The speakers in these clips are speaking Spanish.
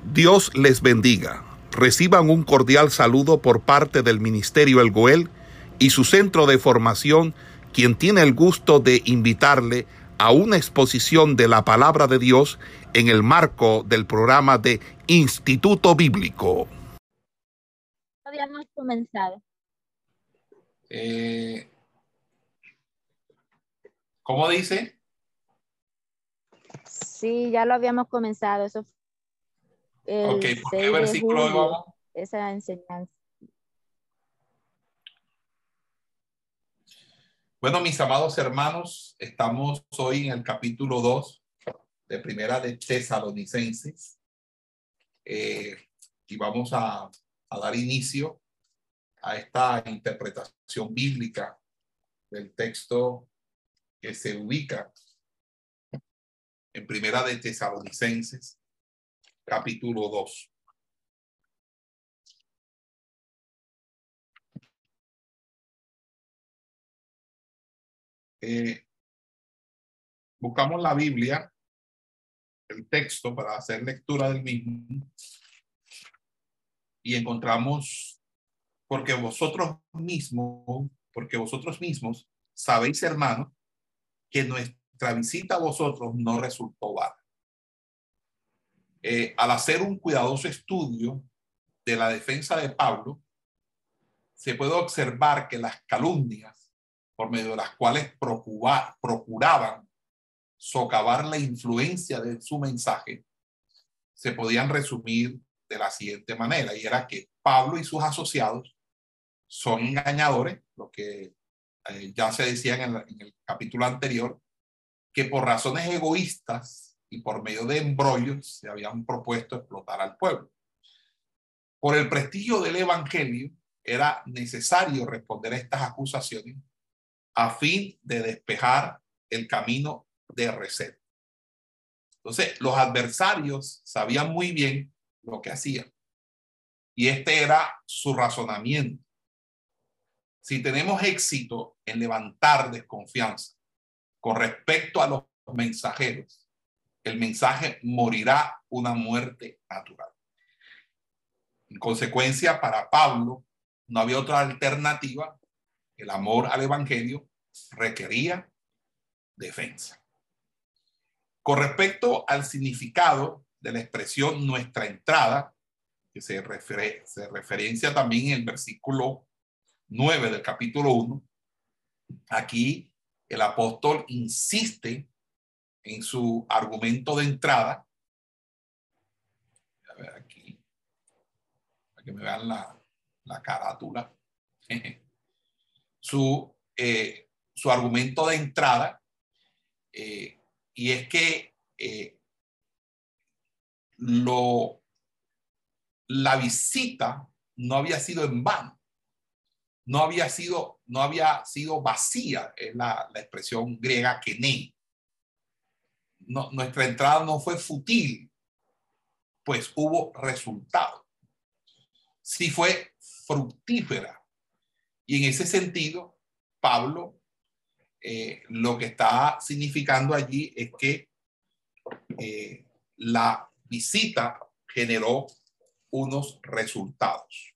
Dios les bendiga. Reciban un cordial saludo por parte del Ministerio El Goel y su centro de formación, quien tiene el gusto de invitarle a una exposición de la Palabra de Dios en el marco del programa de Instituto Bíblico. Habíamos comenzado. ¿Cómo dice? Sí, ya lo habíamos comenzado. Eso fue el ¿Por qué 6 de versículo hoy julio, vamos? esa enseñanza. Bueno, mis amados hermanos, estamos hoy en el capítulo 2 de Primera de Tesalonicenses y vamos a dar inicio a esta interpretación bíblica del texto que se ubica en Primera de Tesalonicenses, capítulo 2. Buscamos la Biblia, el texto, para hacer lectura del mismo y encontramos, porque vosotros mismos sabéis, hermanos, que nuestra visita a vosotros no resultó vana. Al hacer un cuidadoso estudio de la defensa de Pablo, se puede observar que las calumnias por medio de las cuales procuraban socavar la influencia de su mensaje se podían resumir de la siguiente manera, y era que Pablo y sus asociados son engañadores, lo que ya se decía en el capítulo anterior, que por razones egoístas y por medio de embrollos se habían propuesto explotar al pueblo. Por el prestigio del evangelio era necesario responder a estas acusaciones a fin de despejar el camino de Reset. Entonces, los adversarios sabían muy bien lo que hacían y este era su razonamiento. Si tenemos éxito en levantar desconfianza con respecto a los mensajeros, el mensaje morirá una muerte natural. En consecuencia, para Pablo no había otra alternativa. El amor al evangelio requería defensa. Con respecto al significado de la expresión nuestra entrada, que se referencia también en el versículo 9 del capítulo 1, aquí el apóstol insiste en su argumento de entrada. A ver aquí, para que me vean la carátula. Su argumento de entrada, y es que la visita no había sido en vano, no había sido vacía, es la expresión griega kene. No, nuestra entrada no fue fútil, pues hubo resultado. Sí fue fructífera. Y en ese sentido, Pablo lo que está significando allí es que la visita generó unos resultados.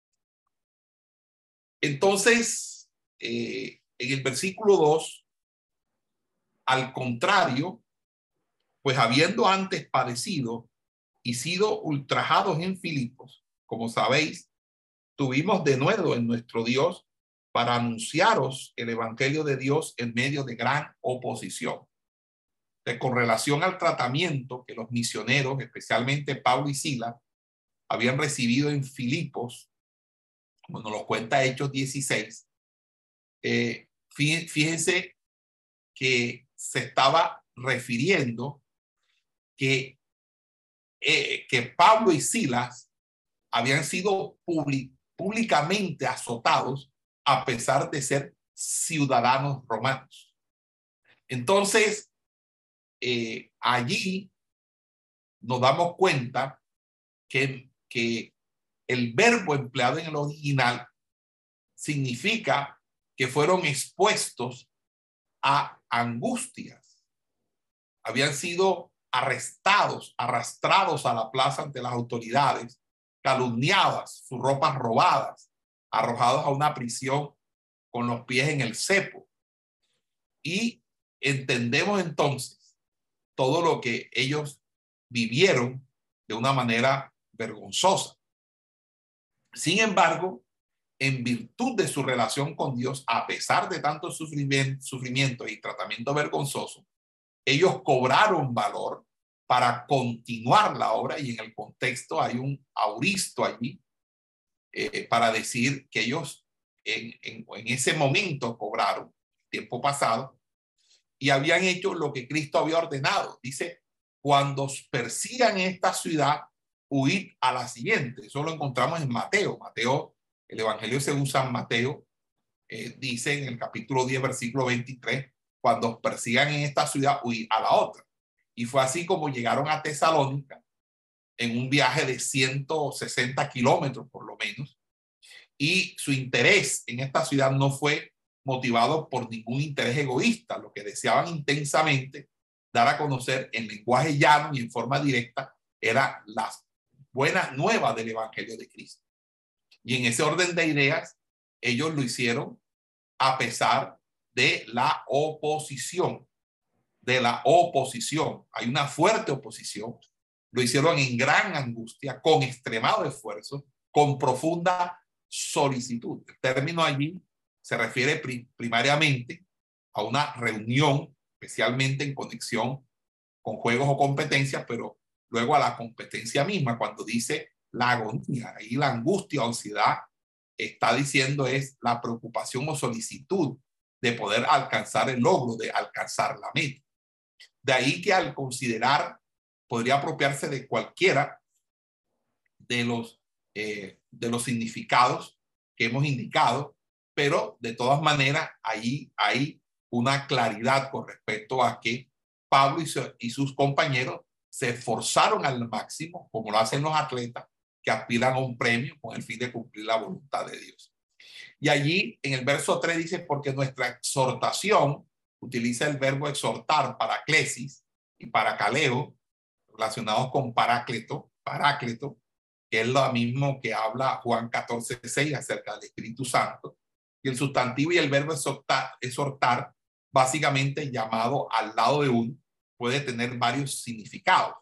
Entonces, en el versículo 2, al contrario, pues habiendo antes padecido y sido ultrajados en Filipos, como sabéis, tuvimos de nuevo en nuestro Dios para anunciaros el evangelio de Dios en medio de gran oposición. Con relación al tratamiento que los misioneros, especialmente Pablo y Silas, habían recibido en Filipos, como nos lo cuenta Hechos 16, fíjense que se estaba refiriendo que Pablo y Silas habían sido públicamente azotados a pesar de ser ciudadanos romanos. Entonces, allí nos damos cuenta que el verbo empleado en el original significa que fueron expuestos a angustias. Habían sido arrestados, arrastrados a la plaza ante las autoridades, calumniadas, sus ropas robadas, arrojados a una prisión con los pies en el cepo. Y entendemos entonces todo lo que ellos vivieron de una manera vergonzosa. Sin embargo, en virtud de su relación con Dios, a pesar de tanto sufrimiento y tratamiento vergonzoso, ellos cobraron valor para continuar la obra, y en el contexto hay un auristo allí para decir que ellos en ese momento cobraron, tiempo pasado, y habían hecho lo que Cristo había ordenado. Dice, cuando persigan esta ciudad, huid a la siguiente. Eso lo encontramos en Mateo. Mateo, el Evangelio según San Mateo, dice en el capítulo 10, versículo 23, cuando persigan en esta ciudad, huid a la otra. Y fue así como llegaron a Tesalónica en un viaje de 160 kilómetros por lo menos. Y su interés en esta ciudad no fue motivado por ningún interés egoísta. Lo que deseaban intensamente dar a conocer en lenguaje llano y en forma directa eran las buenas nuevas del Evangelio de Cristo. Y en ese orden de ideas, ellos lo hicieron a pesar de la oposición. Hay una fuerte oposición. Lo hicieron en gran angustia, con extremado esfuerzo, con profunda solicitud. El término allí se refiere primariamente a una reunión, especialmente en conexión con juegos o competencias, pero luego a la competencia misma. Cuando dice la agonía y la angustia o ansiedad, está diciendo es la preocupación o solicitud de poder alcanzar el logro, de alcanzar la meta. De ahí que al considerar, podría apropiarse de cualquiera de los significados que hemos indicado, pero de todas maneras ahí hay una claridad con respecto a que Pablo y sus compañeros se esforzaron al máximo, como lo hacen los atletas que aspiran a un premio con el fin de cumplir la voluntad de Dios. Y allí en el verso 3 dice, porque nuestra exhortación, utiliza el verbo exhortar, paraclesis y paracaleo, relacionados con paráclito, que es lo mismo que habla Juan 14:6 acerca del Espíritu Santo. Y el sustantivo y el verbo exhortar, básicamente llamado al lado de uno, puede tener varios significados.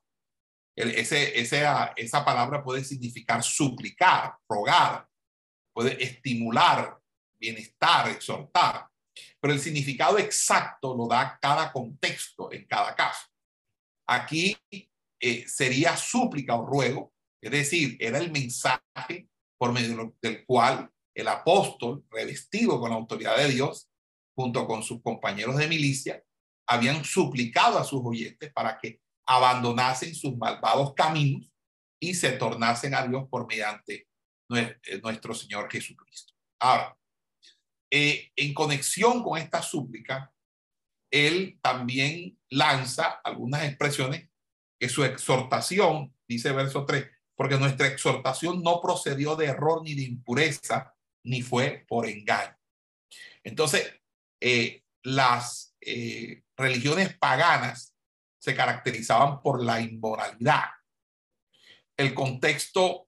Esa palabra puede significar suplicar, rogar, puede estimular, bienestar, exhortar. Pero el significado exacto lo da cada contexto en cada caso. Aquí sería súplica o ruego, es decir, era el mensaje por medio del cual el apóstol, revestido con la autoridad de Dios, junto con sus compañeros de milicia, habían suplicado a sus oyentes para que abandonasen sus malvados caminos y se tornasen a Dios por mediante nuestro Señor Jesucristo. Ahora, en conexión con esta súplica, él también lanza algunas expresiones que su exhortación, dice verso 3, porque nuestra exhortación no procedió de error ni de impureza, ni fue por engaño. Entonces, las religiones paganas se caracterizaban por la inmoralidad. El contexto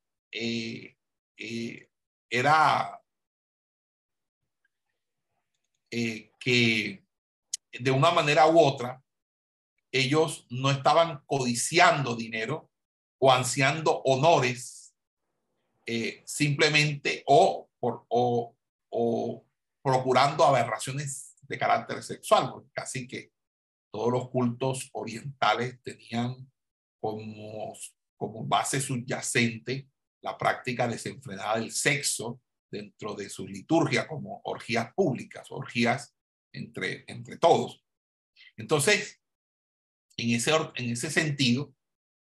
era que de una manera u otra, ellos no estaban codiciando dinero o ansiando honores simplemente o procurando aberraciones de carácter sexual, porque casi que todos los cultos orientales tenían como base subyacente la práctica desenfrenada del sexo dentro de su liturgia, como orgías públicas, orgías entre todos. Entonces, en ese sentido,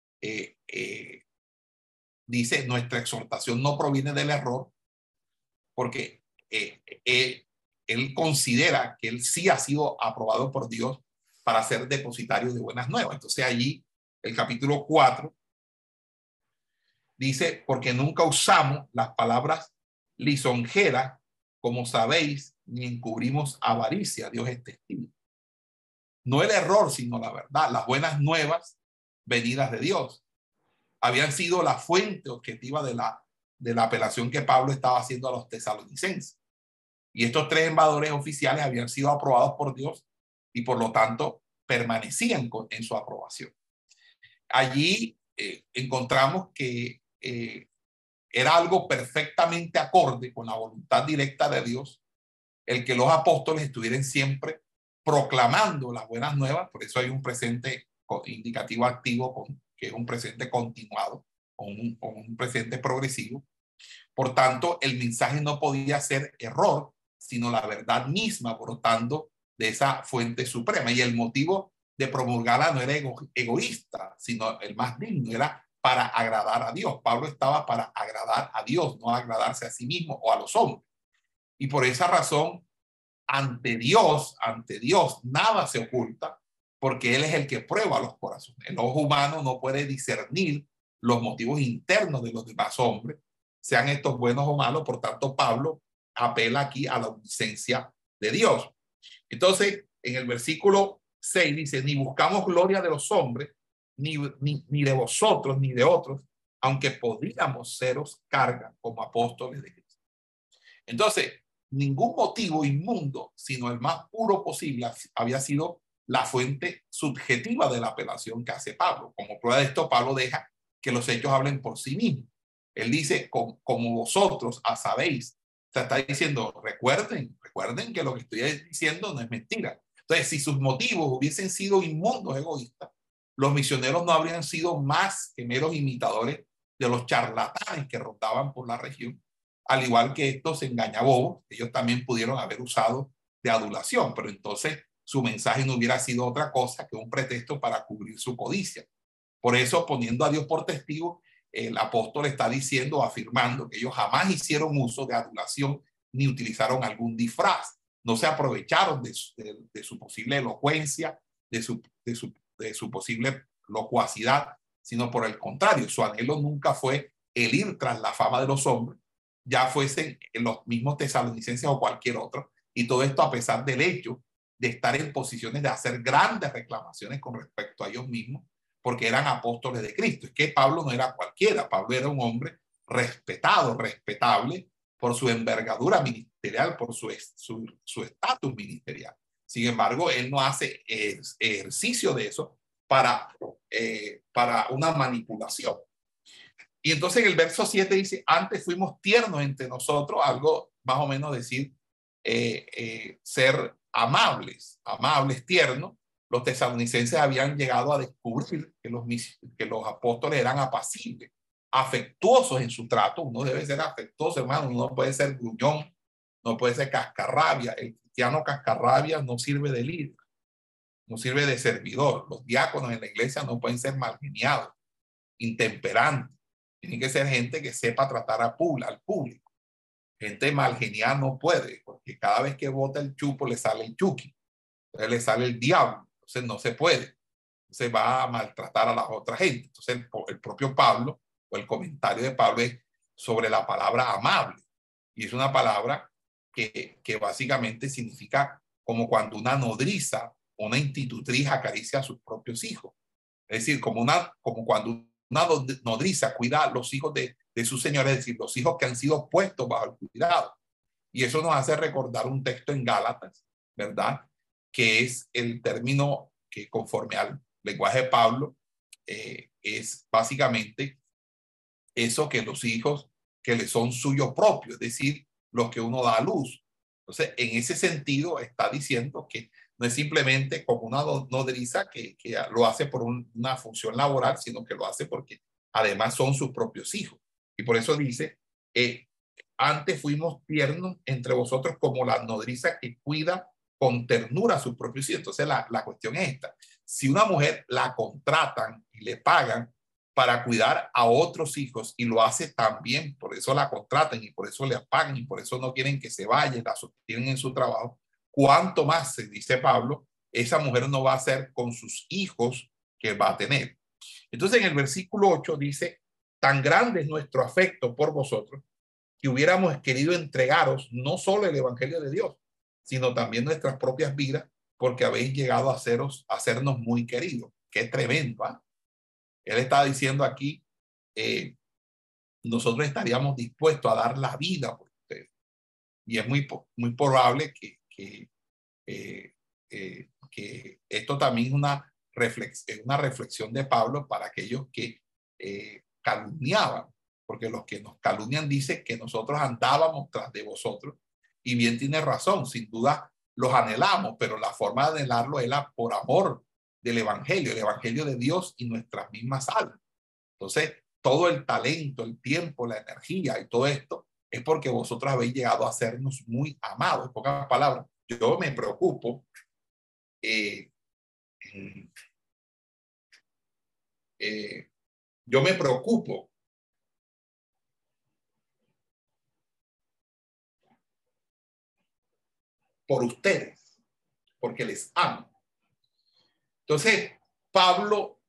dice, nuestra exhortación no proviene del error, porque él considera que él sí ha sido aprobado por Dios para ser depositario de buenas nuevas. Entonces allí, el capítulo 4, dice, porque nunca usamos las palabras lisonjeras, como sabéis, ni encubrimos avaricia. Dios es testigo. No el error, sino la verdad. Las buenas nuevas venidas de Dios. Habían sido la fuente objetiva de la apelación que Pablo estaba haciendo a los tesalonicenses. Y estos tres embajadores oficiales habían sido aprobados por Dios y por lo tanto permanecían en su aprobación. Allí encontramos que era algo perfectamente acorde con la voluntad directa de Dios el que los apóstoles estuvieran siempre proclamando las buenas nuevas. Por eso hay un presente indicativo activo que es un presente continuado o un presente progresivo. Por tanto, el mensaje no podía ser error, sino la verdad misma brotando de esa fuente suprema. Y el motivo de promulgarla no era egoísta, sino el más digno, era para agradar a Dios. Pablo estaba para agradar a Dios, no agradarse a sí mismo o a los hombres. Y por esa razón, ante Dios, nada se oculta, porque Él es el que prueba los corazones. El ojo humano no puede discernir los motivos internos de los demás hombres, sean estos buenos o malos. Por tanto, Pablo apela aquí a la ausencia de Dios. Entonces, en el versículo 6 dice, ni buscamos gloria de los hombres, ni de vosotros, ni de otros, aunque podríamos seros carga como apóstoles de Cristo. Entonces, ningún motivo inmundo, sino el más puro posible, había sido la fuente subjetiva de la apelación que hace Pablo. Como prueba de esto, Pablo deja que los hechos hablen por sí mismos. Él dice, como vosotros sabéis. O sea, está diciendo, recuerden que lo que estoy diciendo no es mentira. Entonces, si sus motivos hubiesen sido inmundos, egoístas, los misioneros no habrían sido más que meros imitadores de los charlatanes que rotaban por la región. Al igual que estos engañabobos, ellos también pudieron haber usado de adulación, pero entonces su mensaje no hubiera sido otra cosa que un pretexto para cubrir su codicia. Por eso, poniendo a Dios por testigo, el apóstol está diciendo, afirmando que ellos jamás hicieron uso de adulación ni utilizaron algún disfraz. No se aprovecharon de su posible elocuencia, de su posible locuacidad, sino por el contrario, su anhelo nunca fue el ir tras la fama de los hombres, ya fuesen los mismos tesalonicenses o cualquier otro, y todo esto a pesar del hecho de estar en posiciones de hacer grandes reclamaciones con respecto a ellos mismos, porque eran apóstoles de Cristo. Es que Pablo no era cualquiera, Pablo era un hombre respetado, respetable por su envergadura ministerial, por su estatus ministerial. Sin embargo, él no hace ejercicio de eso para una manipulación. Y entonces en el verso 7 dice, antes fuimos tiernos entre nosotros, algo más o menos decir, ser amables, tiernos. Los tesalonicenses habían llegado a descubrir que los apóstoles eran apacibles, afectuosos en su trato. Uno debe ser afectuoso, hermano, uno no puede ser gruñón, no puede ser cascarrabia. El cristiano cascarrabia no sirve de líder, no sirve de servidor. Los diáconos en la iglesia no pueden ser malgeniados, intemperantes. Tienen que ser gente que sepa tratar al público. Gente malgeniada no puede, porque cada vez que bota el chupo le sale el chuki, entonces le sale el diablo, entonces no se puede. Entonces va a maltratar a la otra gente. Entonces el propio Pablo, o el comentario de Pablo es sobre la palabra amable. Y es una palabra que básicamente significa como cuando una nodriza, una institutriz acaricia a sus propios hijos. Es decir, como cuando una nodriza cuida a los hijos de sus señores, es decir, los hijos que han sido puestos bajo el cuidado. Y eso nos hace recordar un texto en Gálatas, ¿verdad? Que es el término que conforme al lenguaje de Pablo es básicamente eso, que los hijos que le son suyos propios, es decir, los que uno da a luz. Entonces, en ese sentido está diciendo que no es simplemente como una nodriza que lo hace por una función laboral, sino que lo hace porque además son sus propios hijos. Y por eso dice, antes fuimos tiernos entre vosotros como la nodriza que cuida con ternura a sus propios hijos. Entonces la cuestión es esta. Si una mujer la contratan y le pagan para cuidar a otros hijos y lo hace también, por eso la contratan y por eso le pagan y por eso no quieren que se vaya, la sostienen en su trabajo, cuánto más, se dice Pablo, esa mujer no va a hacer con sus hijos que va a tener. Entonces en el versículo 8 dice, tan grande es nuestro afecto por vosotros que hubiéramos querido entregaros no solo el evangelio de Dios, sino también nuestras propias vidas, porque habéis llegado a hacernos muy queridos. Qué tremendo, ¿eh? Él está diciendo aquí, nosotros estaríamos dispuestos a dar la vida por ustedes. Y es muy probable que esto también es una reflexión de Pablo para aquellos que calumniaban, porque los que nos calumnian dicen que nosotros andábamos tras de vosotros, y bien tiene razón, sin duda los anhelamos, pero la forma de anhelarlo era por amor del evangelio, el evangelio de Dios y nuestras mismas almas. Entonces, todo el talento, el tiempo, la energía y todo esto es porque vosotros habéis llegado a sernos muy amados. En pocas palabras, yo me preocupo yo me preocupo por ustedes, porque les amo. Entonces, Pablo,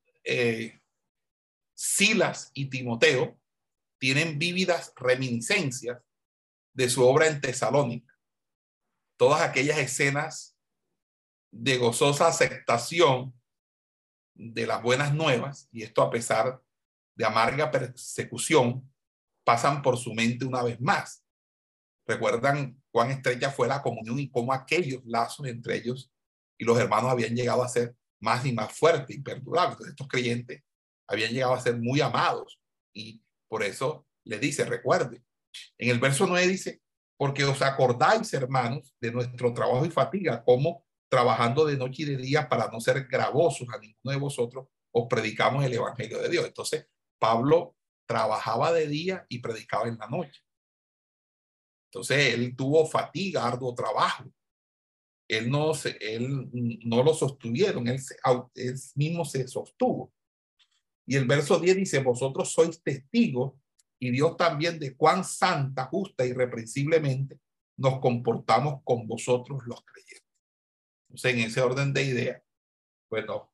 Silas y Timoteo tienen vívidas reminiscencias de su obra en Tesalónica. Todas aquellas escenas de gozosa aceptación de las buenas nuevas, y esto a pesar de amarga persecución, pasan por su mente una vez más. Recuerdan cuán estrecha fue la comunión y cómo aquellos lazos entre ellos y los hermanos habían llegado a ser más y más fuertes y perdurables. Entonces, estos creyentes habían llegado a ser muy amados, y por eso les dice, recuerde. En el verso 9 dice, porque os acordáis, hermanos, de nuestro trabajo y fatiga, como trabajando de noche y de día para no ser gravosos a ninguno de vosotros, os predicamos el evangelio de Dios. Entonces, Pablo trabajaba de día y predicaba en la noche. Entonces, él tuvo fatiga, arduo trabajo. Él no lo sostuvieron, él mismo se sostuvo. Y el verso 10 dice, vosotros sois testigos, y Dios también, de cuán santa, justa y irreprensiblemente nos comportamos con vosotros los creyentes. Entonces, en ese orden de ideas, bueno,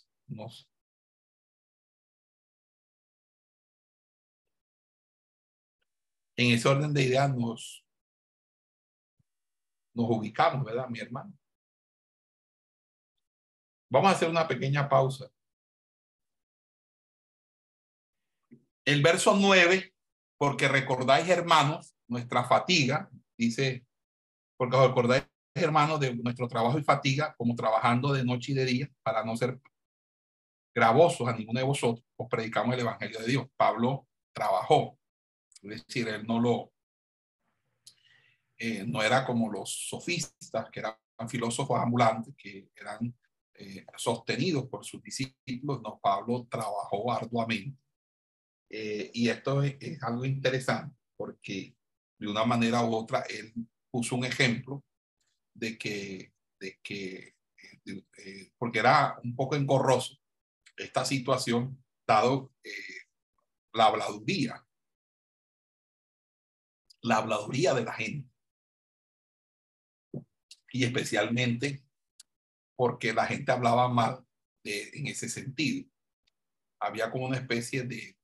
en ese orden de ideas nos ubicamos, ¿verdad, mi hermano? Vamos a hacer una pequeña pausa. El verso 9, porque recordáis, hermanos, nuestra fatiga, dice, porque os acordáis, hermanos, de nuestro trabajo y fatiga, como trabajando de noche y de día, para no ser gravosos a ninguno de vosotros, os predicamos el evangelio de Dios. Pablo trabajó, es decir, él no era como los sofistas, que eran filósofos ambulantes, que eran sostenidos por sus discípulos. No, Pablo trabajó arduamente. Y esto es algo interesante, porque de una manera u otra él puso un ejemplo de que porque era un poco engorroso esta situación, dado la habladuría de la gente, y especialmente porque la gente hablaba mal en ese sentido. Había como una especie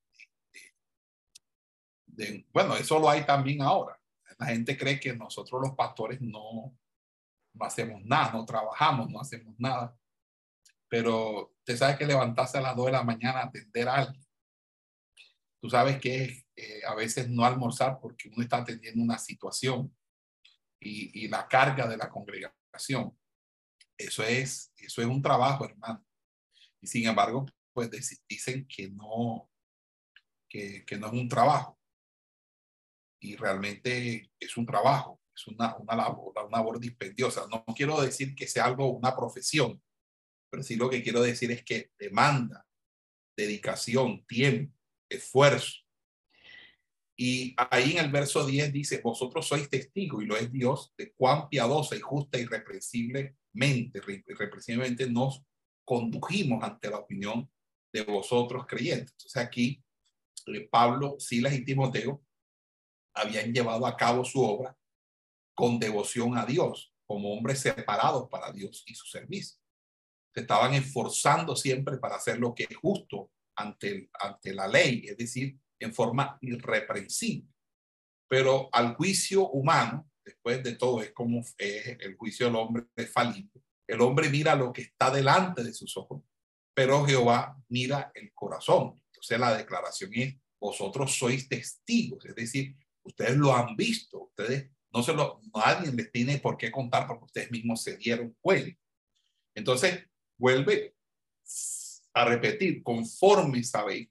bueno, eso lo hay también ahora. La gente cree que nosotros los pastores no hacemos nada, no trabajamos, no hacemos nada. Pero usted sabe que levantarse a las 2 de la mañana a atender a alguien. Tú sabes que es a veces no almorzar porque uno está atendiendo una situación y la carga de la congregación. Eso es un trabajo, hermano. Y sin embargo, pues dicen que no es un trabajo. Y realmente es un trabajo, es una labor dispendiosa. No quiero decir que sea algo, una profesión, pero sí lo que quiero decir es que demanda dedicación, tiempo, esfuerzo. Y ahí en el verso 10 dice, vosotros sois testigos, y lo es Dios, de cuán piadosa y justa y irreprensiblemente nos condujimos ante la opinión de vosotros creyentes. Entonces aquí Pablo, Silas y Timoteo habían llevado a cabo su obra con devoción a Dios, como hombres separados para Dios y su servicio. Se estaban esforzando siempre para hacer lo que es justo ante la ley, es decir, en forma irreprensible. Pero al juicio humano, después de todo, es como el juicio del hombre es falible. El hombre mira lo que está delante de sus ojos, pero Jehová mira el corazón. Entonces la declaración es, vosotros sois testigos, es decir, ustedes lo han visto, ustedes nadie les tiene por qué contar porque ustedes mismos se dieron cuenta. Entonces vuelve a repetir, conforme sabéis,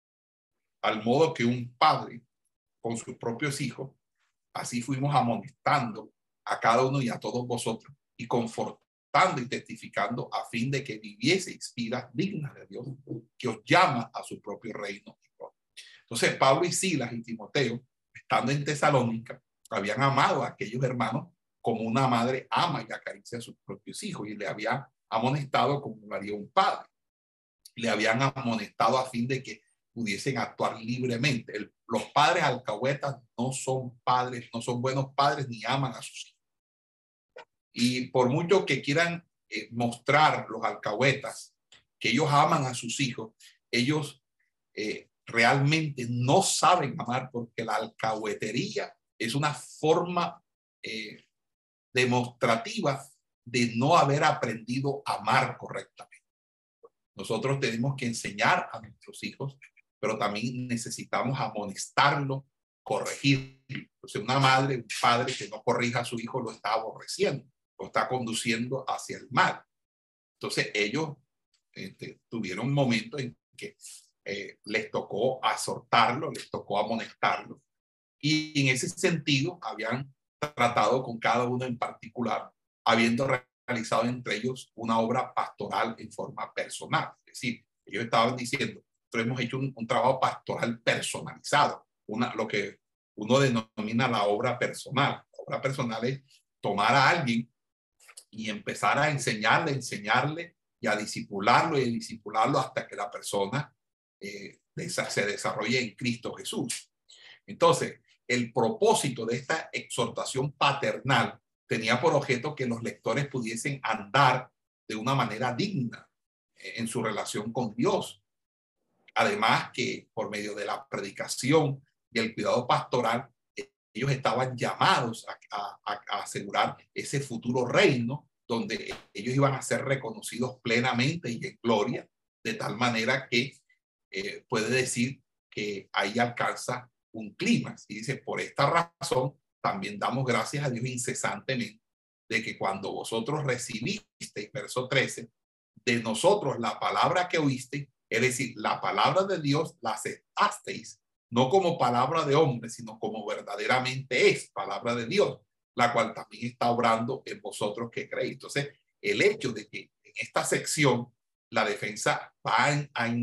al modo que un padre con sus propios hijos, así fuimos amonestando a cada uno y a todos vosotros y confortando y testificando a fin de que vivieseis vidas dignas de Dios, que os llama a su propio reino. Entonces Pablo y Silas y Timoteo, estando en Tesalónica, habían amado a aquellos hermanos como una madre ama y acaricia a sus propios hijos, y le habían amonestado como lo haría un padre. Le habían amonestado a fin de que pudiesen actuar libremente. Los padres alcahuetas no son padres, no son buenos padres ni aman a sus hijos. Y por mucho que quieran mostrar los alcahuetas que ellos aman a sus hijos, ellos realmente no saben amar, porque la alcahuetería es una forma demostrativa de no haber aprendido a amar correctamente. Nosotros tenemos que enseñar a nuestros hijos, pero también necesitamos amonestarlo, corregirlo. Entonces, una madre, un padre que no corrija a su hijo lo está aborreciendo, lo está conduciendo hacia el mal. Entonces, ellos tuvieron un momento en que les tocó azortarlo, les tocó amonestarlo. Y en ese sentido, habían tratado con cada uno en particular, habiendo realizado entre ellos una obra pastoral en forma personal. Es decir, ellos estaban diciendo, nosotros hemos hecho un trabajo pastoral personalizado, lo que uno denomina la obra personal. La obra personal es tomar a alguien y empezar a enseñarle y a disipularlo hasta que la persona se desarrolle en Cristo Jesús. Entonces, el propósito de esta exhortación paternal tenía por objeto que los lectores pudiesen andar de una manera digna en su relación con Dios. Además que por medio de la predicación y el cuidado pastoral, ellos estaban llamados a asegurar ese futuro reino donde ellos iban a ser reconocidos plenamente y en gloria, de tal manera que puede decir que ahí alcanza un clímax. Y dice, por esta razón también damos gracias a Dios incesantemente de que cuando vosotros recibisteis, verso 13, de nosotros la palabra que oísteis, es decir, la palabra de Dios, la aceptasteis, no como palabra de hombre, sino como verdaderamente es palabra de Dios, la cual también está obrando en vosotros que creéis. Entonces, el hecho de que en esta sección la defensa va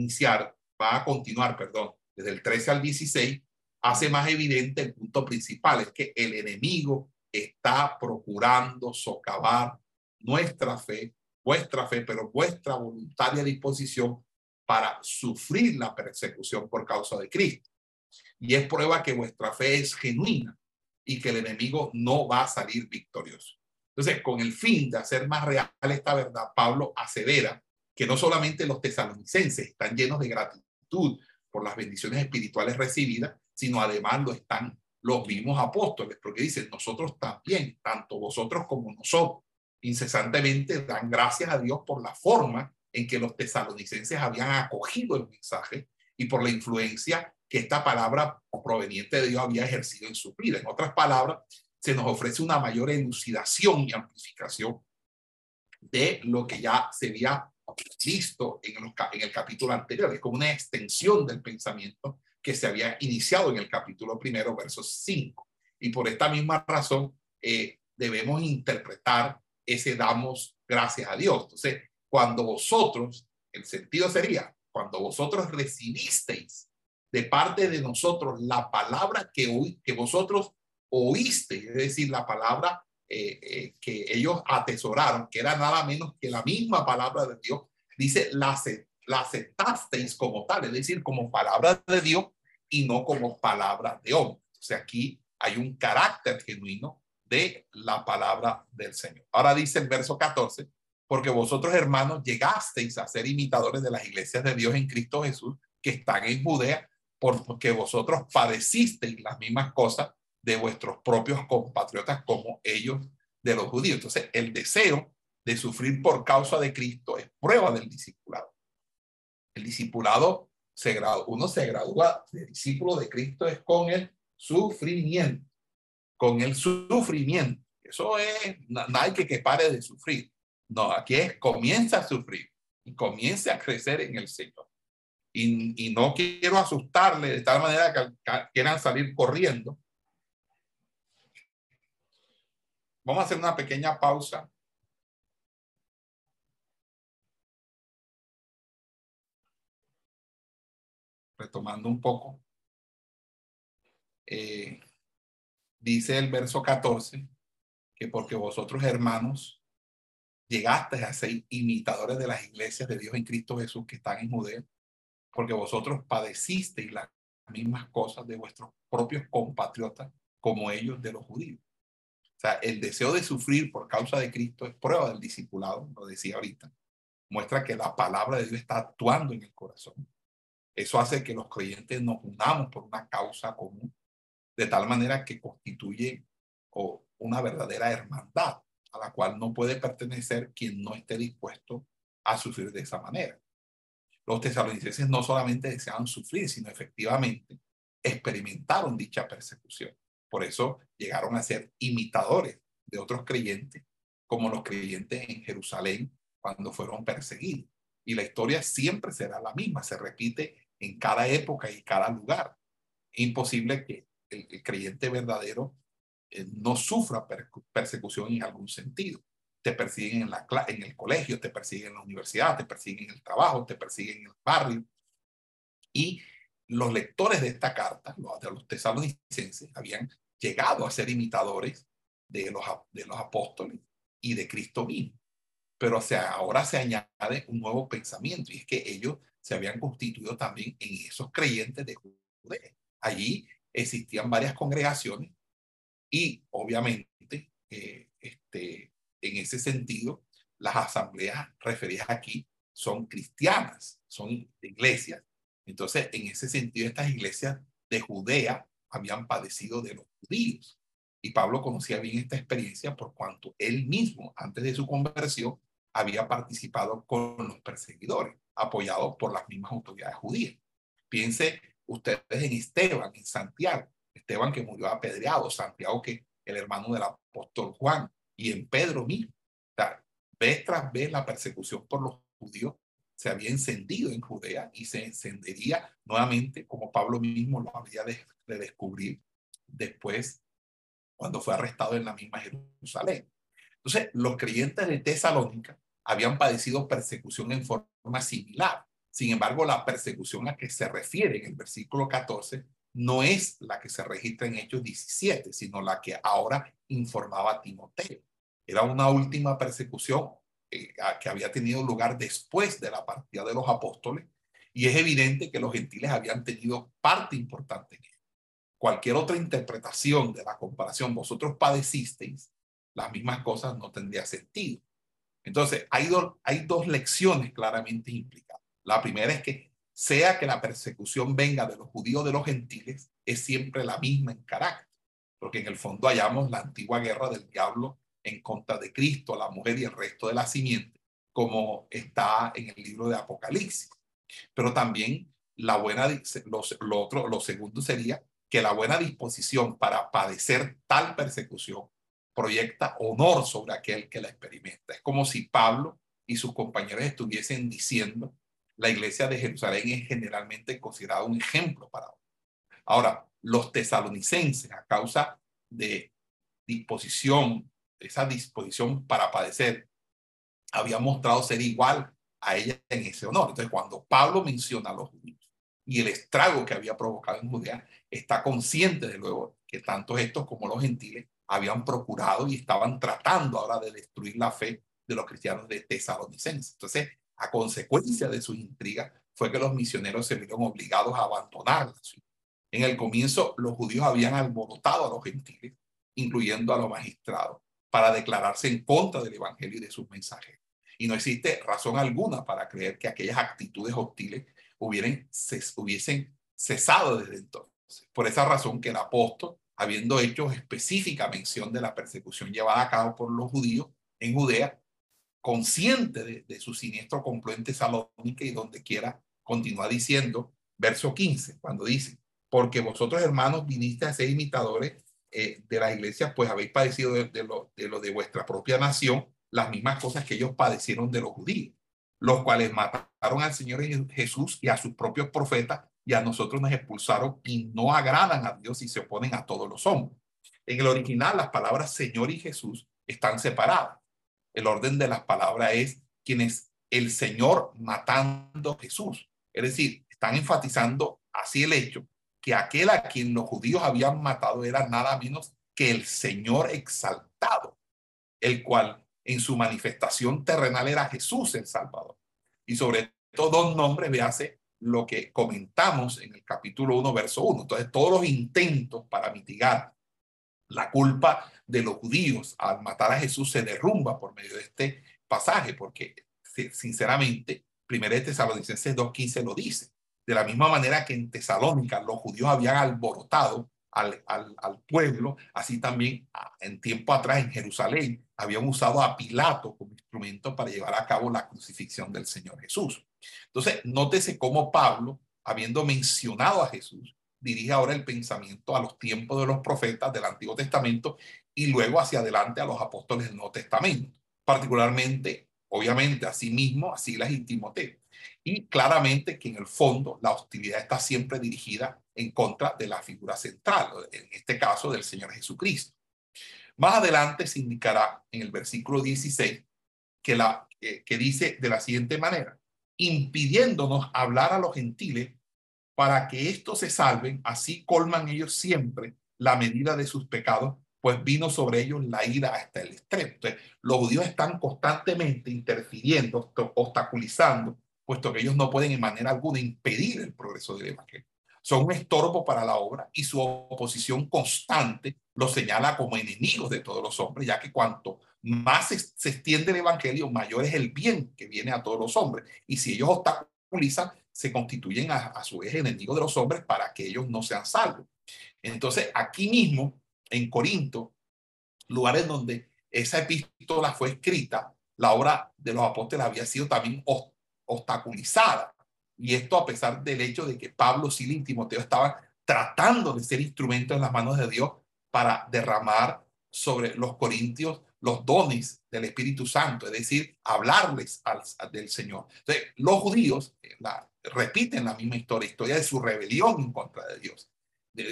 a continuar, desde el 13 al 16, hace más evidente el punto principal, es que el enemigo está procurando socavar nuestra fe, vuestra fe, pero vuestra voluntaria disposición para sufrir la persecución por causa de Cristo. Y es prueba que vuestra fe es genuina y que el enemigo no va a salir victorioso. Entonces, con el fin de hacer más real esta verdad, Pablo asevera que no solamente los tesalonicenses están llenos de gratitud por las bendiciones espirituales recibidas, sino además lo están los mismos apóstoles, porque dicen, nosotros también, tanto vosotros como nosotros, incesantemente dan gracias a Dios por la forma en que los tesalonicenses habían acogido el mensaje y por la influencia que esta palabra proveniente de Dios había ejercido en su vida. En otras palabras, se nos ofrece una mayor elucidación y amplificación de lo que ya se había visto en el capítulo anterior. Es como una extensión del pensamiento que se había iniciado en el capítulo primero, versos 5. Y por esta misma razón debemos interpretar ese damos gracias a Dios. Entonces, cuando vosotros, el sentido sería, cuando vosotros recibisteis de parte de nosotros la palabra que vosotros oísteis, es decir, la palabra que ellos atesoraron, que era nada menos que la misma palabra de Dios, dice, la aceptasteis como tal, es decir, como palabra de Dios y no como palabra de hombre. O sea, aquí hay un carácter genuino de la palabra del Señor. Ahora dice el verso 14, porque vosotros, hermanos, llegasteis a ser imitadores de las iglesias de Dios en Cristo Jesús que están en Judea, porque vosotros padecisteis las mismas cosas de vuestros propios compatriotas como ellos de los judíos. Entonces, el deseo de sufrir por causa de Cristo es prueba del discipulado. El discipulado, uno se gradúa de discípulo de Cristo es con el sufrimiento. Con el sufrimiento. Eso es, no hay que pare de sufrir. No, aquí es comienza a sufrir y comience a crecer en el Señor. Y no quiero asustarle de tal manera que quieran salir corriendo. Vamos a hacer una pequeña pausa. Retomando un poco. Dice el verso 14 que porque vosotros, hermanos, llegasteis a ser imitadores de las iglesias de Dios en Cristo Jesús que están en Judea, porque vosotros padecisteis las mismas cosas de vuestros propios compatriotas como ellos de los judíos. O sea, el deseo de sufrir por causa de Cristo es prueba del discipulado, lo decía ahorita. Muestra que la palabra de Dios está actuando en el corazón. Eso hace que los creyentes nos unamos por una causa común, de tal manera que constituye una verdadera hermandad a la cual no puede pertenecer quien no esté dispuesto a sufrir de esa manera. Los tesalonicenses no solamente deseaban sufrir, sino efectivamente experimentaron dicha persecución. Por eso llegaron a ser imitadores de otros creyentes, como los creyentes en Jerusalén cuando fueron perseguidos. Y la historia siempre será la misma, se repite en cada época y cada lugar. Es imposible que el creyente verdadero no sufra persecución en algún sentido. Te persiguen en el colegio, te persiguen en la universidad, te persiguen en el trabajo, te persiguen en el barrio. Y los lectores de esta carta, de los tesalonicenses, habían llegado a ser imitadores de los apóstoles y de Cristo mismo. Pero ahora se añade un nuevo pensamiento, y es que ellos se habían constituido también en esos creyentes de Judea. Allí existían varias congregaciones y obviamente en ese sentido las asambleas referidas aquí son cristianas, son iglesias. Entonces, en ese sentido, estas iglesias de Judea habían padecido de los judíos. Y Pablo conocía bien esta experiencia por cuanto él mismo, antes de su conversión, había participado con los perseguidores, apoyado por las mismas autoridades judías. Piense ustedes en Esteban, en Santiago. Esteban que murió apedreado, Santiago que el hermano del apóstol Juan, y en Pedro mismo. O sea, vez tras vez la persecución por los judíos se había encendido en Judea y se encendería nuevamente, como Pablo mismo lo había de descubrir después cuando fue arrestado en la misma Jerusalén. Entonces, los creyentes de Tesalónica habían padecido persecución en forma similar. Sin embargo, la persecución a que se refiere en el versículo 14 no es la que se registra en Hechos 17, sino la que ahora informaba Timoteo. Era una última persecución que había tenido lugar después de la partida de los apóstoles, y es evidente que los gentiles habían tenido parte importante en ello. Cualquier otra interpretación de la comparación, vosotros padecisteis las mismas cosas, no tendría sentido. Entonces, hay dos lecciones claramente implicadas. La primera es que sea que la persecución venga de los judíos o de los gentiles, es siempre la misma en carácter, porque en el fondo hallamos la antigua guerra del diablo en contra de Cristo, la mujer y el resto de la simiente, como está en el libro de Apocalipsis. Pero también lo segundo sería que la buena disposición para padecer tal persecución proyecta honor sobre aquel que la experimenta. Es como si Pablo y sus compañeros estuviesen diciendo: la iglesia de Jerusalén es generalmente considerada un ejemplo para otros. Ahora, los tesalonicenses, a causa de esa disposición para padecer, habían mostrado ser igual a ella en ese honor. Entonces, cuando Pablo menciona a los judíos y el estrago que había provocado en Judea, está consciente de luego que tanto estos como los gentiles habían procurado y estaban tratando ahora de destruir la fe de los cristianos de Tesalonicenses. Entonces, a consecuencia de sus intrigas, fue que los misioneros se vieron obligados a abandonar la ciudad. En el comienzo, los judíos habían alborotado a los gentiles, incluyendo a los magistrados, para declararse en contra del evangelio y de sus mensajeros. Y no existe razón alguna para creer que aquellas actitudes hostiles hubiesen cesado desde entonces. Por esa razón que el apóstol, habiendo hecho específica mención de la persecución llevada a cabo por los judíos en Judea, consciente de su siniestro complot en Tesalónica y donde quiera continúa diciendo, verso 15, cuando dice, porque vosotros hermanos viniste a ser imitadores de las iglesias, pues habéis padecido de lo de vuestra propia nación, las mismas cosas que ellos padecieron de los judíos, los cuales mataron al Señor Jesús y a sus propios profetas, y a nosotros nos expulsaron y no agradan a Dios y se oponen a todos los hombres. En el original, las palabras Señor y Jesús están separadas. El orden de las palabras es quien es el Señor matando a Jesús. Es decir, están enfatizando así el hecho que aquel a quien los judíos habían matado era nada menos que el Señor exaltado, el cual en su manifestación terrenal era Jesús el Salvador. Y sobre estos dos nombres, véase lo que comentamos en el capítulo 1, verso 1. Entonces, todos los intentos para mitigar la culpa de los judíos al matar a Jesús se derrumba por medio de este pasaje, porque sinceramente, 1 Tesalonicenses 2:15 lo dice. De la misma manera que en Tesalónica los judíos habían alborotado al pueblo, así también en tiempo atrás en Jerusalén habían usado a Pilato como instrumento para llevar a cabo la crucifixión del Señor Jesús. Entonces, nótese cómo Pablo, habiendo mencionado a Jesús, dirige ahora el pensamiento a los tiempos de los profetas del Antiguo Testamento y luego hacia adelante a los apóstoles del Nuevo Testamento, particularmente, obviamente, a sí mismo, a Silas y Timoteo. Y claramente que en el fondo la hostilidad está siempre dirigida en contra de la figura central, en este caso del Señor Jesucristo. Más adelante se indicará en el versículo 16 que dice de la siguiente manera, impidiéndonos hablar a los gentiles para que estos se salven, así colman ellos siempre la medida de sus pecados, pues vino sobre ellos la ira hasta el extremo. Entonces, los judíos están constantemente interfiriendo, obstaculizando, puesto que ellos no pueden en manera alguna impedir el progreso del evangelio. Son un estorbo para la obra y su oposición constante los señala como enemigos de todos los hombres, ya que cuanto más se extiende el evangelio, mayor es el bien que viene a todos los hombres. Y si ellos obstaculizan, se constituyen a su vez enemigos de los hombres para que ellos no sean salvos. Entonces, aquí mismo, en Corinto, lugares donde esa epístola fue escrita, la obra de los apóstoles había sido también obstaculizada. Y esto a pesar del hecho de que Pablo, Silas y Timoteo estaban tratando de ser instrumentos en las manos de Dios para derramar sobre los corintios los dones del Espíritu Santo, es decir, hablarles del Señor. Entonces, los judíos repiten la misma historia de su rebelión en contra de Dios, de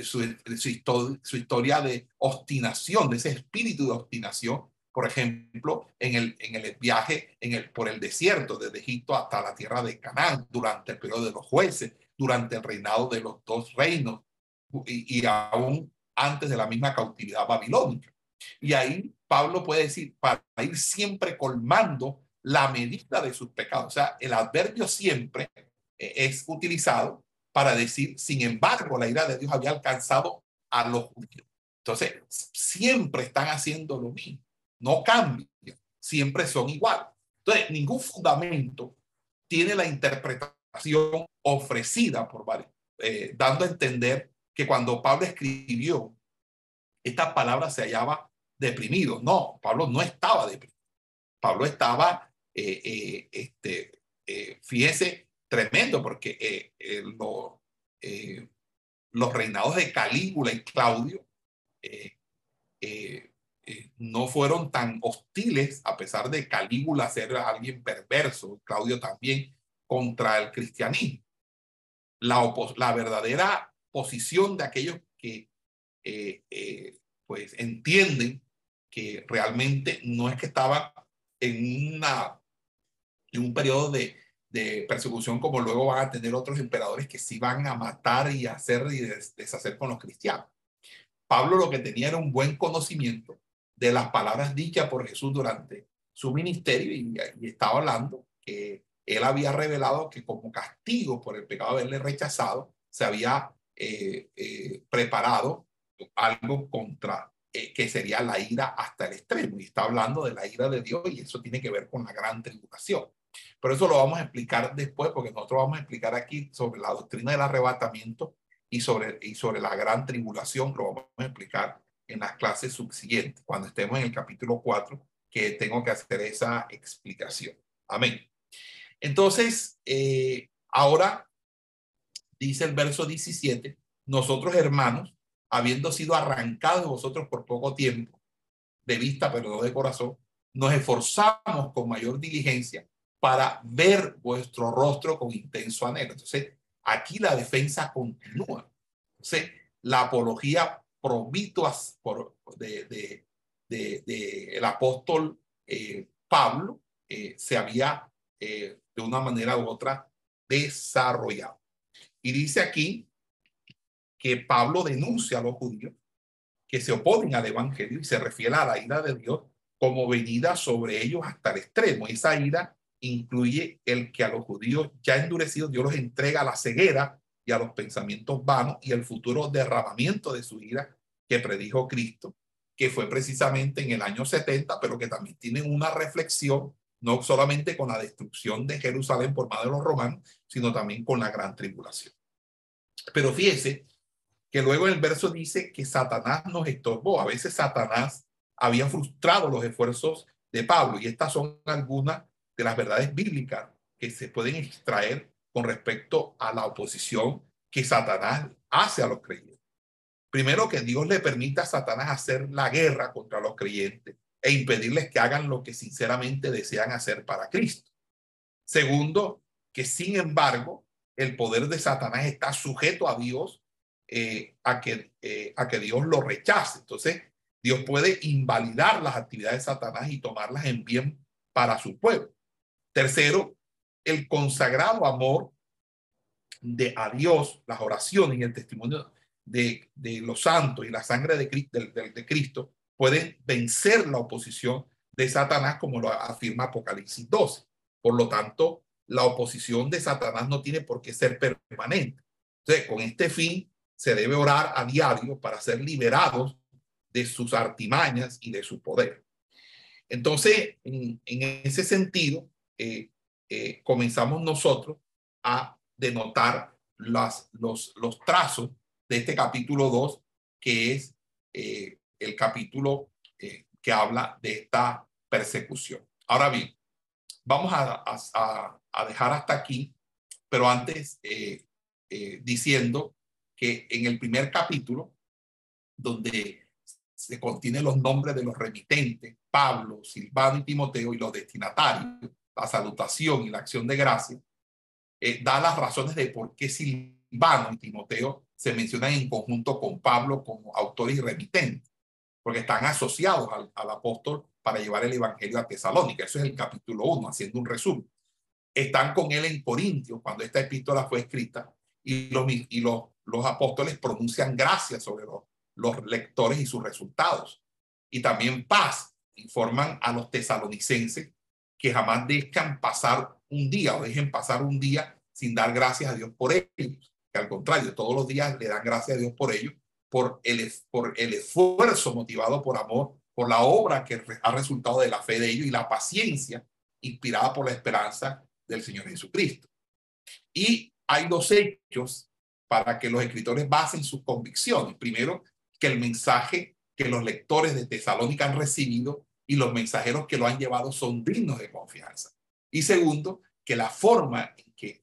su historia de obstinación, de ese espíritu de obstinación, por ejemplo, en el viaje por el desierto, desde Egipto hasta la tierra de Canaán, durante el periodo de los jueces, durante el reinado de los dos reinos y aún antes de la misma cautividad babilónica. Y ahí Pablo puede decir, para ir siempre colmando la medida de sus pecados. O sea, el adverbio siempre es utilizado para decir, sin embargo, la ira de Dios había alcanzado a los judíos. Entonces, siempre están haciendo lo mismo. No cambian, siempre son igual. Entonces, ningún fundamento tiene la interpretación ofrecida por varios, dando a entender que cuando Pablo escribió, esta palabra se hallaba deprimido. No, Pablo no estaba deprimido. Pablo estaba, fíjese, tremendo, porque los reinados de Calígula y Claudio no fueron tan hostiles, a pesar de Calígula ser alguien perverso, Claudio también, contra el cristianismo. La verdadera posición de aquellos que pues entienden que realmente no es que estaban en un periodo de persecución como luego van a tener otros emperadores que sí van a matar y hacer y deshacer con los cristianos. Pablo lo que tenía era un buen conocimiento de las palabras dichas por Jesús durante su ministerio y estaba hablando que él había revelado que como castigo por el pecado de haberle rechazado, se había preparado algo contra que sería la ira hasta el extremo. Y está hablando de la ira de Dios y eso tiene que ver con la gran tribulación. Pero eso lo vamos a explicar después, porque nosotros vamos a explicar aquí sobre la doctrina del arrebatamiento y sobre la gran tribulación. Lo vamos a explicar en las clases subsiguientes, cuando estemos en el capítulo 4, que tengo que hacer esa explicación. Amén. Entonces, Ahora, dice el verso 17, nosotros hermanos, habiendo sido arrancados de vosotros por poco tiempo, de vista pero no de corazón, nos esforzamos con mayor diligencia para ver vuestro rostro con intenso anhelo. Entonces, aquí la defensa continúa. Entonces, la apología el apóstol Pablo se había de una manera u otra desarrollado. Y dice aquí que Pablo denuncia a los judíos que se oponen al evangelio y se refiere a la ira de Dios como venida sobre ellos hasta el extremo. Esa ira incluye el que a los judíos ya endurecidos Dios los entrega a la ceguera y a los pensamientos vanos y el futuro derramamiento de su ira que predijo Cristo, que fue precisamente en el año 70, pero que también tiene una reflexión no solamente con la destrucción de Jerusalén por mano de los romanos, sino también con la gran tribulación. Pero fíjese que luego el verso dice que Satanás nos estorbó. A veces Satanás había frustrado los esfuerzos de Pablo, y estas son algunas de las verdades bíblicas que se pueden extraer con respecto a la oposición que Satanás hace a los creyentes. Primero, que Dios le permita a Satanás hacer la guerra contra los creyentes e impedirles que hagan lo que sinceramente desean hacer para Cristo. Segundo, que sin embargo, el poder de Satanás está sujeto a Dios, a que Dios lo rechace. Entonces, Dios puede invalidar las actividades de Satanás y tomarlas en bien para su pueblo. Tercero, el consagrado amor a Dios, las oraciones y el testimonio de los santos y la sangre de Cristo pueden vencer la oposición de Satanás, como lo afirma Apocalipsis 12. Por lo tanto, la oposición de Satanás no tiene por qué ser permanente. Entonces, con este fin, se debe orar a diario para ser liberados de sus artimañas y de su poder. Entonces, en ese sentido, comenzamos nosotros a denotar los trazos de este capítulo 2, que es el capítulo que habla de esta persecución. Ahora bien, vamos a dejar hasta aquí, pero antes diciendo que en el primer capítulo, donde se contienen los nombres de los remitentes, Pablo, Silvano y Timoteo, y los destinatarios, la salutación y la acción de gracia, da las razones de por qué Silvano y Timoteo se mencionan en conjunto con Pablo como autores y remitentes, porque están asociados al apóstol para llevar el evangelio a Tesalónica. Eso es el capítulo 1, haciendo un resumen. Están con él en Corintios cuando esta epístola fue escrita, y los apóstoles pronuncian gracia sobre los lectores y sus resultados. Y también paz, informan a los tesalonicenses que jamás dejen pasar un día sin dar gracias a Dios por ellos, que al contrario, todos los días le dan gracias a Dios por ellos, por el esfuerzo motivado por amor, por la obra que ha resultado de la fe de ellos y la paciencia inspirada por la esperanza del Señor Jesucristo. Y hay dos hechos para que los escritores basen sus convicciones. Primero, que el mensaje que los lectores de Tesalónica han recibido y los mensajeros que lo han llevado son dignos de confianza. Y segundo, que la forma en que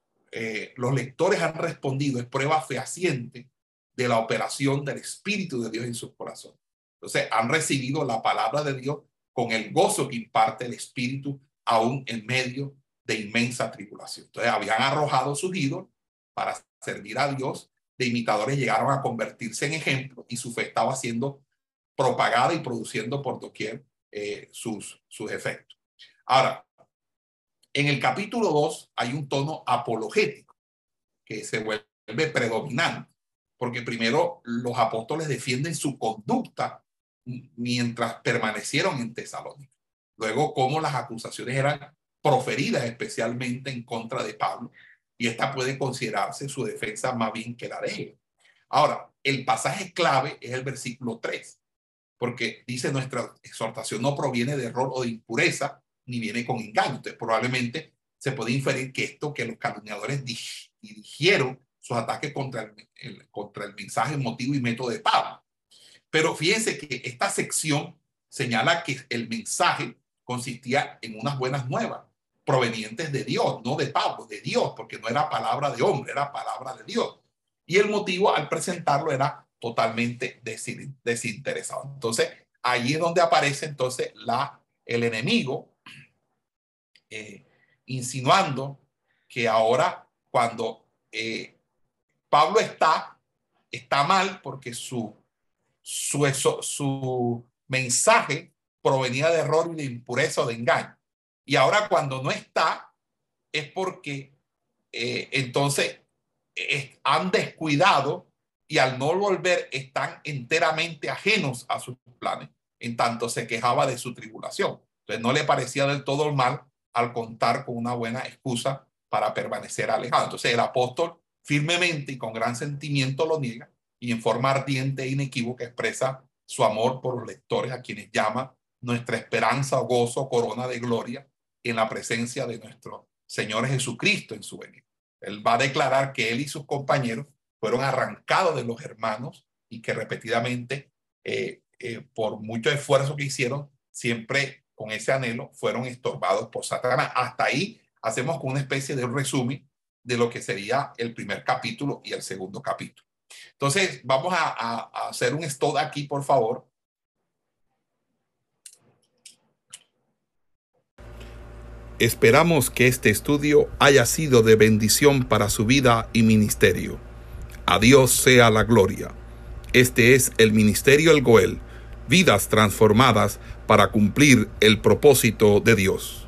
los lectores han respondido es prueba fehaciente de la operación del Espíritu de Dios en sus corazones. Entonces, han recibido la palabra de Dios con el gozo que imparte el Espíritu aún en medio de inmensa tribulación. Entonces, habían arrojado sus ídolos para servir a Dios. De imitadores llegaron a convertirse en ejemplo y su fe estaba siendo propagada y produciendo por doquier sus efectos. Ahora, en el capítulo 2 hay un tono apologético que se vuelve predominante, porque primero los apóstoles defienden su conducta mientras permanecieron en Tesalónica. Luego, cómo las acusaciones eran proferidas especialmente en contra de Pablo, y esta puede considerarse su defensa más bien que la de ellos. Ahora, el pasaje clave es el versículo 3, porque dice: nuestra exhortación no proviene de error o de impureza, ni viene con engaño. Entonces, probablemente se puede inferir que los calumniadores dirigieron sus ataques contra el mensaje, motivo y método de Pablo. Pero fíjense que esta sección señala que el mensaje consistía en unas buenas nuevas, provenientes de Dios, no de Pablo, de Dios, porque no era palabra de hombre, era palabra de Dios. Y el motivo al presentarlo era totalmente desinteresado. Entonces, ahí es donde aparece entonces el enemigo insinuando que ahora cuando Pablo está mal porque su mensaje provenía de error y de impureza o de engaño. Y ahora cuando no está, es porque entonces han descuidado y al no volver están enteramente ajenos a sus planes, en tanto se quejaba de su tribulación. Entonces no le parecía del todo mal al contar con una buena excusa para permanecer alejado. Entonces el apóstol firmemente y con gran sentimiento lo niega y en forma ardiente e inequívoca expresa su amor por los lectores a quienes llama nuestra esperanza o gozo, corona de gloria en la presencia de nuestro Señor Jesucristo en su venida. Él va a declarar que él y sus compañeros fueron arrancados de los hermanos y que repetidamente, por mucho esfuerzo que hicieron, siempre con ese anhelo, fueron estorbados por Satanás. Hasta ahí hacemos con una especie de resumen de lo que sería el primer capítulo y el segundo capítulo. Entonces, vamos a hacer un stop aquí, por favor. Esperamos que este estudio haya sido de bendición para su vida y ministerio. A Dios sea la gloria. Este es el Ministerio El Goel, vidas transformadas para cumplir el propósito de Dios.